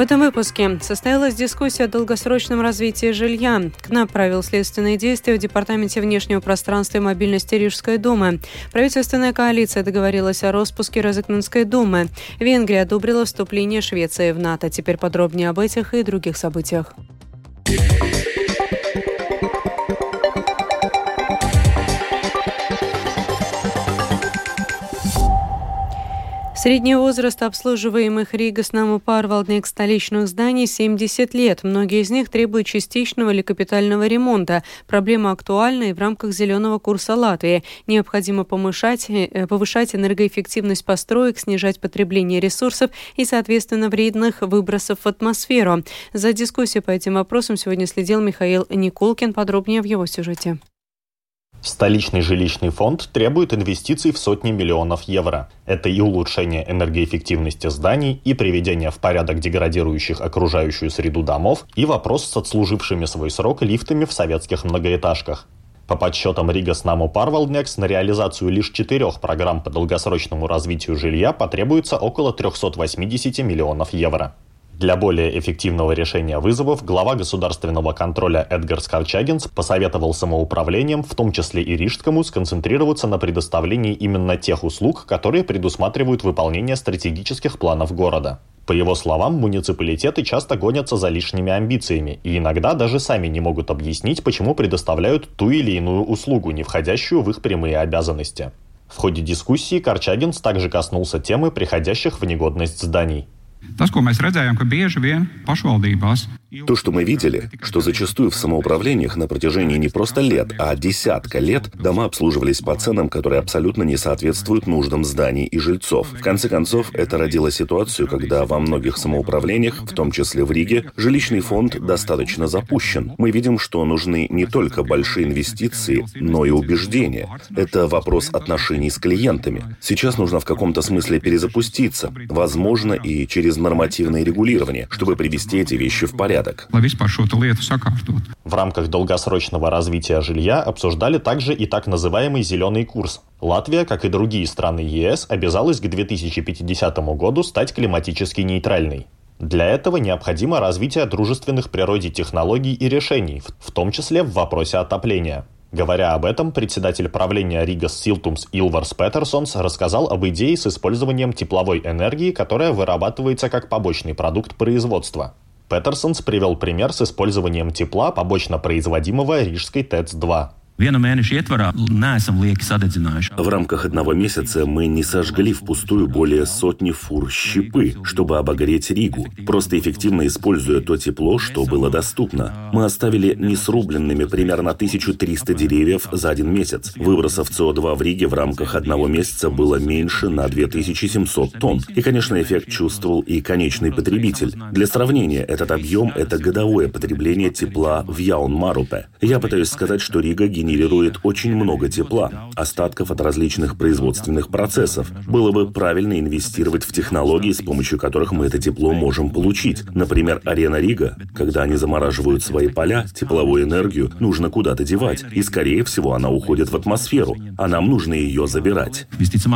этом выпуске состоялась дискуссия о долгосрочном развитии жилья. КНАП провел следственные действия в Департаменте внешнего пространства и мобильности Рижской думы. Правительственная коалиция договорилась о распуске Разыкненской думы. Венгрия одобрила вступление Швеции в НАТО. Теперь подробнее об этих и других событиях. Средний возраст обслуживаемых Риgas Namu Pārvaldnieks столичных зданий 70 лет. Многие из них требуют частичного или капитального ремонта. Проблема актуальна и в рамках зеленого курса Латвии. Необходимо повышать энергоэффективность построек, снижать потребление ресурсов и, соответственно, вредных выбросов в атмосферу. За дискуссией по этим вопросам сегодня следил Михаил Никулкин. Подробнее в его сюжете. Столичный жилищный фонд требует инвестиций в сотни миллионов евро. Это и улучшение энергоэффективности зданий, и приведение в порядок деградирующих окружающую среду домов, и вопрос с отслужившими свой срок лифтами в советских многоэтажках. По подсчетам Риgas Namu Pārvaldnieks на реализацию лишь 4 программ по долгосрочному развитию жилья потребуется около 380 миллионов евро. Для более эффективного решения вызовов глава государственного контроля Эдгарс Карчагинс посоветовал самоуправлениям, в том числе и рижскому, сконцентрироваться на предоставлении именно тех услуг, которые предусматривают выполнение стратегических планов города. По его словам, муниципалитеты часто гонятся за лишними амбициями и иногда даже сами не могут объяснить, почему предоставляют ту или иную услугу, не входящую в их прямые обязанности. В ходе дискуссии Карчагинс также коснулся темы приходящих в негодность зданий. То, что мы видели, что зачастую в самоуправлениях на протяжении не просто лет, а десятка лет дома обслуживались по ценам, которые абсолютно не соответствуют нуждам зданий и жильцов. В конце концов, это родило ситуацию, когда во многих самоуправлениях, в том числе в Риге, жилищный фонд достаточно запущен. Мы видим, что нужны не только большие инвестиции, но и убеждения. Это вопрос отношений с клиентами. Сейчас нужно в каком-то смысле перезапуститься, возможно, и через нормативное регулирование, чтобы привести эти вещи в порядок. В рамках долгосрочного развития жилья обсуждали также и так называемый «зеленый курс». Латвия, как и другие страны ЕС, обязалась к 2050 году стать климатически нейтральной. Для этого необходимо развитие дружественных природе технологий и решений, в том числе в вопросе отопления. Говоря об этом, председатель правления Риgas Siltums Илварс Петерсонс рассказал об идее с использованием тепловой энергии, которая вырабатывается как побочный продукт производства. Петерсонс привел пример с использованием тепла, побочно производимого Рижской ТЭЦ-2. В рамках одного месяца мы не сожгли впустую более 100 фур щепы, чтобы обогреть Ригу, просто эффективно используя то тепло, что было доступно. Мы оставили несрубленными примерно 1300 деревьев за один месяц. Выбросов СО2 в Риге в рамках одного месяца было меньше на 2700 тонн. И, конечно, эффект чувствовал и конечный потребитель. Для сравнения, этот объем – это годовое потребление тепла в Jaunmārupē. Я пытаюсь сказать, что Рига генерирует очень много тепла, остатков от различных производственных процессов. Было бы правильно инвестировать в технологии, с помощью которых мы это тепло можем получить. Например, Арена Рига, когда они замораживают свои поля, тепловую энергию нужно куда-то девать, и, скорее всего, она уходит в атмосферу, а нам нужно ее забирать.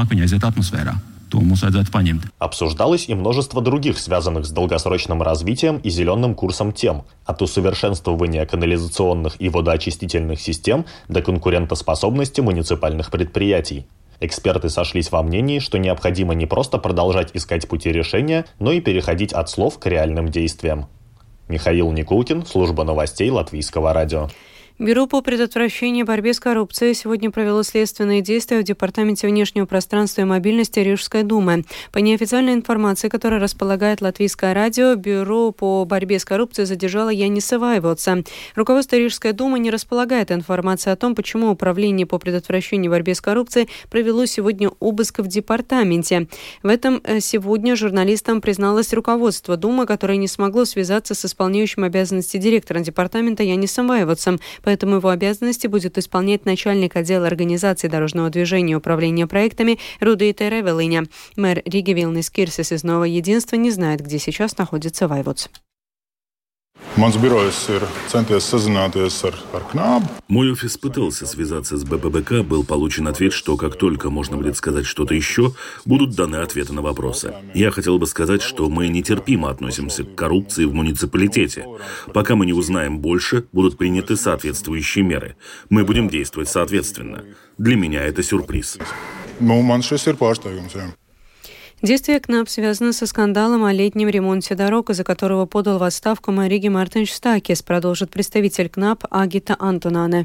Обсуждалось и множество других, связанных с долгосрочным развитием и зеленым курсом тем, от усовершенствования канализационных и водоочистительных систем до конкурентоспособности муниципальных предприятий. Эксперты сошлись во мнении, что необходимо не просто продолжать искать пути решения, но и переходить от слов к реальным действиям. Михаил Никулкин, служба новостей Латвийского радио. Бюро по предотвращению и борьбе с коррупцией сегодня провело следственные действия в Департаменте внешнего пространства и мобильности Рижской думы. По неофициальной информации, которой располагает Латвийское радио, Бюро по борьбе с коррупцией задержало Яниса Вайводса. Руководство Рижской думы не располагает информацией о том, почему Управление по предотвращению и борьбе с коррупцией провело сегодня обыск в департаменте. В этом сегодня журналистам призналось руководство Думы, которое не смогло связаться с исполняющим обязанности директора департамента Янисом Вайводсом. Поэтому его обязанности будет исполнять начальник отдела организации дорожного движения и управления проектами Рудīte Reveliņa. Мэр Риги Вилнис Кирсис из «Нового единства» не знает, где сейчас находится Вайводс. Мой офис пытался связаться с БПБК, был получен ответ, что как только можно будет сказать что-то еще, будут даны ответы на вопросы. Я хотел бы сказать, что мы нетерпимо относимся к коррупции в муниципалитете. Пока мы не узнаем больше, будут приняты соответствующие меры. Мы будем действовать соответственно. Для меня это сюрприз. Действие КНАП связано со скандалом о летнем ремонте дорог, из-за которого подал в отставку мэр Риги Мартинš Stākis, продолжит представитель КНАП Агита Антонане.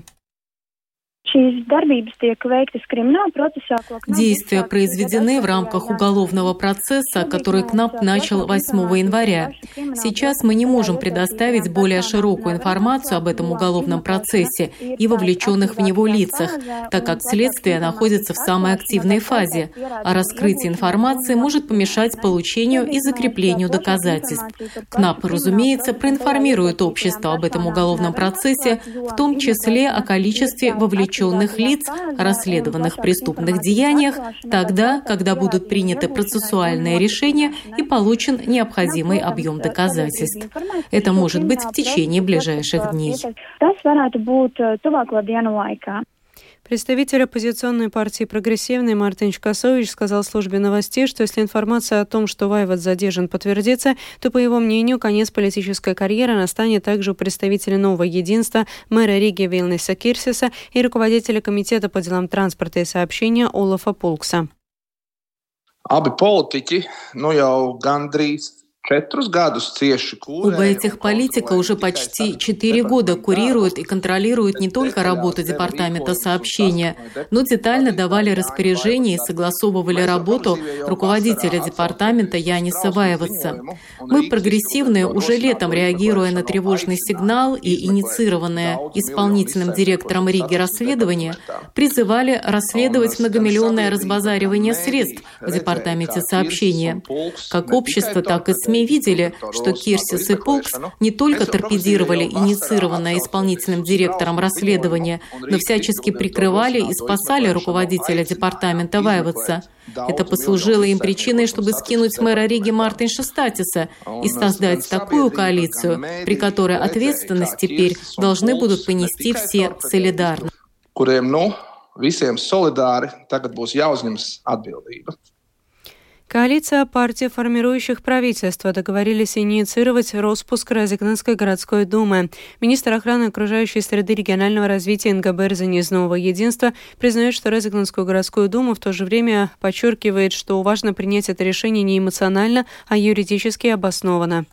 Действия произведены в рамках уголовного процесса, который КНАП начал 8 января. Сейчас мы не можем предоставить более широкую информацию об этом уголовном процессе и вовлеченных в него лицах, так как следствие находится в самой активной фазе, а раскрытие информации может помешать получению и закреплению доказательств. КНАП, разумеется, проинформирует общество об этом уголовном процессе, в том числе о количестве вовлеченных лиц, расследованных преступных деяниях, тогда, когда будут приняты процессуальные решения и получен необходимый объем доказательств. Это может быть в течение ближайших дней. Представитель оппозиционной партии «Прогрессивный» Мартинš Kasovich сказал службе новостей, что если информация о том, что Вайват задержан, подтвердится, то, по его мнению, конец политической карьеры настанет также у представителя Нового единства, мэра Риги Вилниса Кирсиса и руководителя комитета по делам транспорта и сообщения Олафа Пулкса. Abi politiķi, jau gandrīz 4 gadus cieši kūrē. Оба этих политика уже почти 4 года курируют и контролируют не только работу Департамента сообщения, но детально давали распоряжения и согласовывали работу руководителя департамента Яниса Вайватса. Мы, прогрессивные, уже летом, реагируя на тревожный сигнал и инициированное исполнительным директором Риги расследование, призывали расследовать многомиллионное разбазаривание средств в Департаменте сообщения. Как общество, так и СМИ видели, что Кирсис и Пулкс не только торпедировали инициированное исполнительным директором расследование, но всячески прикрывали и спасали руководителя департамента Вайватса. Это послужило им причиной, чтобы скинуть мэра Риги Мартинša Stākisa и создать такую коалицию, при которой ответственность теперь должны будут понести все солидарно. Коалиция партий, формирующих правительство, договорились инициировать распуск Резекненской городской думы. Министр охраны окружающей среды регионального развития Инга Берзини из Нового единства признает, что Резекненскую городскую думу в то же время подчеркивает, что важно принять это решение не эмоционально, а юридически обоснованно.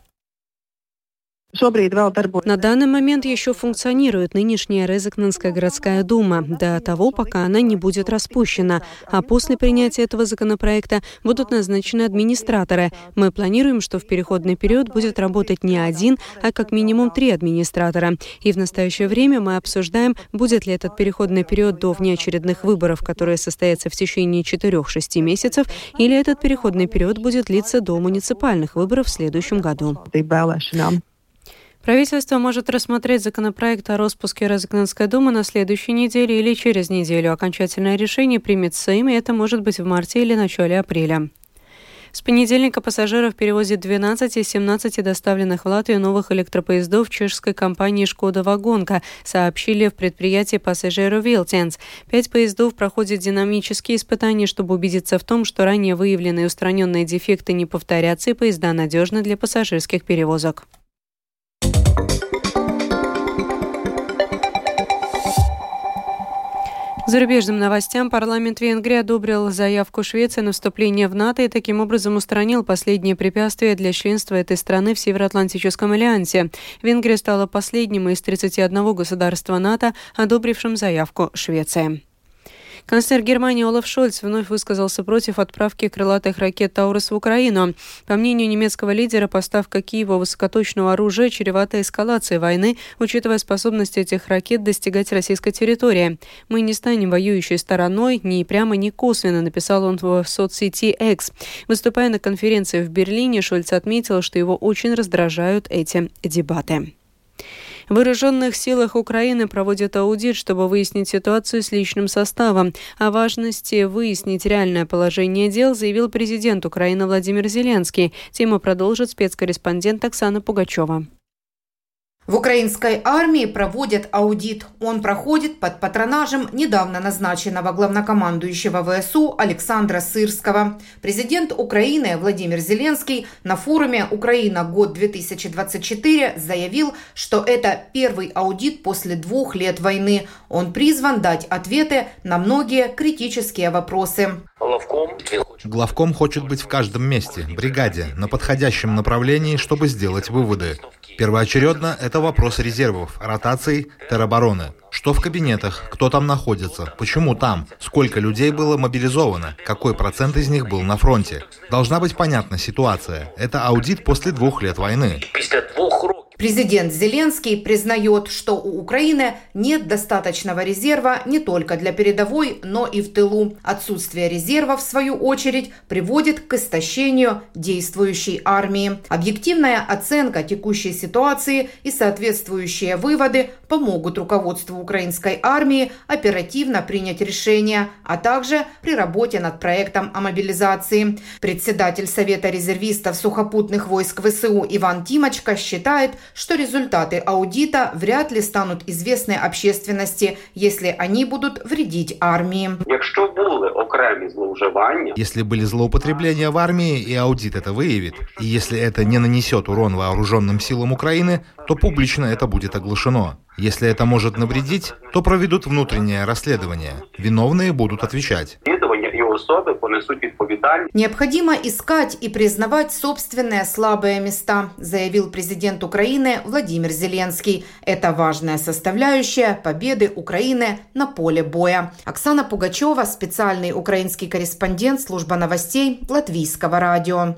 На данный момент еще функционирует нынешняя Резекненская городская дума до того, пока она не будет распущена, а после принятия этого законопроекта будут назначены администраторы. Мы планируем, что в переходный период будет работать не один, а как минимум 3 администратора. И в настоящее время мы обсуждаем, будет ли этот переходный период до внеочередных выборов, которые состоятся в течение 4-6 месяцев, или этот переходный период будет длиться до муниципальных выборов в следующем году. Правительство может рассмотреть законопроект о распуске Резекненской думы на следующей неделе или через неделю. Окончательное решение примет Сейм, и это может быть в марте или начале апреля. С понедельника пассажиров перевозит 12 из 17 доставленных в Латвию новых электропоездов чешской компании «Шкода Вагонка», сообщили в предприятии «Пассажиру Вилтенс». 5 поездов проходят динамические испытания, чтобы убедиться в том, что ранее выявленные и устраненные дефекты не повторятся, и поезда надежны для пассажирских перевозок. К зарубежным новостям парламент Венгрии одобрил заявку Швеции на вступление в НАТО и таким образом устранил последние препятствия для членства этой страны в Североатлантическом альянсе. Венгрия стала последним из 31 государства НАТО, одобрившим заявку Швеции. Канцлер Германии Олаф Шольц вновь высказался против отправки крылатых ракет «Таурус» в Украину. По мнению немецкого лидера, поставка Киеву высокоточного оружия чревата эскалацией войны, учитывая способность этих ракет достигать российской территории. «Мы не станем воюющей стороной ни прямо, ни косвенно», написал он в соцсети X. Выступая на конференции в Берлине, Шольц отметил, что его очень раздражают эти дебаты. В Вооруженных силах Украины проводят аудит, чтобы выяснить ситуацию с личным составом. О важности выяснить реальное положение дел заявил президент Украины Владимир Зеленский. Тему продолжит спецкорреспондент Оксана Пугачева. В украинской армии проводят аудит. Он проходит под патронажем недавно назначенного главнокомандующего ВСУ Александра Сырского. Президент Украины Владимир Зеленский на форуме «Украина. Год-2024» заявил, что это первый аудит после 2 лет войны. Он призван дать ответы на многие критические вопросы. Главком хочет быть в каждом месте, бригаде, на подходящем направлении, чтобы сделать выводы. Первоочередно это вопрос резервов, ротаций, теробороны. Что в кабинетах, кто там находится, почему там, сколько людей было мобилизовано, какой процент из них был на фронте. Должна быть понятна ситуация. Это аудит после 2 лет войны. Президент Зеленский признает, что у Украины нет достаточного резерва не только для передовой, но и в тылу. Отсутствие резерва, в свою очередь, приводит к истощению действующей армии. Объективная оценка текущей ситуации и соответствующие выводы помогут руководству украинской армии оперативно принять решение, а также при работе над проектом о мобилизации. Председатель Совета резервистов сухопутных войск ВСУ Иван Тимочка считает, что результаты аудита вряд ли станут известны общественности, если они будут вредить армии. Если были злоупотребления в армии, и аудит это выявит, и если это не нанесет урон вооруженным силам Украины, то публично это будет оглашено. Если это может навредить, то проведут внутреннее расследование. Виновные будут отвечать. Необходимо искать и признавать собственные слабые места, заявил президент Украины Владимир Зеленский. Это важная составляющая победы Украины на поле боя. Оксана Пугачева, специальный украинский корреспондент, служба новостей Латвийского радио.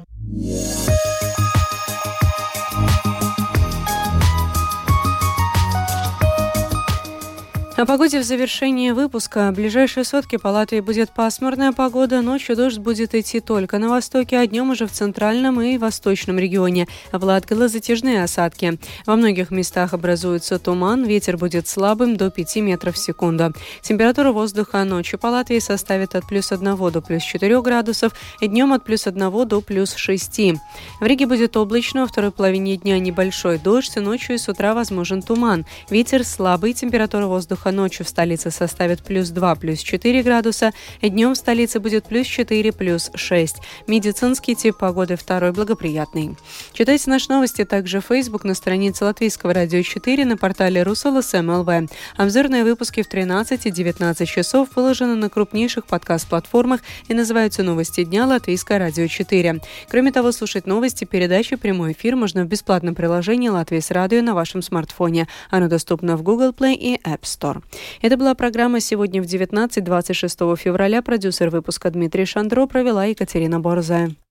О погоде в завершении выпуска. В ближайшие сутки по Латвии будет пасмурная погода. Ночью дождь будет идти только на востоке, а днем уже в центральном и восточном регионе. В Латгале затяжные осадки. Во многих местах образуется туман. Ветер будет слабым до 5 метров в секунду. Температура воздуха ночью по Латвии составит от +1 до +4 градусов и днем от +1 до +6. В Риге будет облачно, во второй половине дня небольшой дождь, ночью и с утра возможен туман. Ветер слабый, температура воздуха ночью в столице составит +2, +4 градуса, и днем в столице будет +4, +6. Медицинский тип погоды второй благоприятный. Читайте наши новости также в Facebook на странице Латвийского радио 4 на портале RusLSM.lv. Обзорные выпуски в 13 и 19 часов выложены на крупнейших подкаст-платформах и называются «Новости дня» Латвийское радио 4. Кроме того, слушать новости, передачи, прямой эфир можно в бесплатном приложении «Латвийс радио» на вашем смартфоне. Оно доступно в Google Play и App Store. Это была программа «Сегодня в 19:26 февраля». Продюсер выпуска Дмитрий Шандро, провела Екатерина Борзая.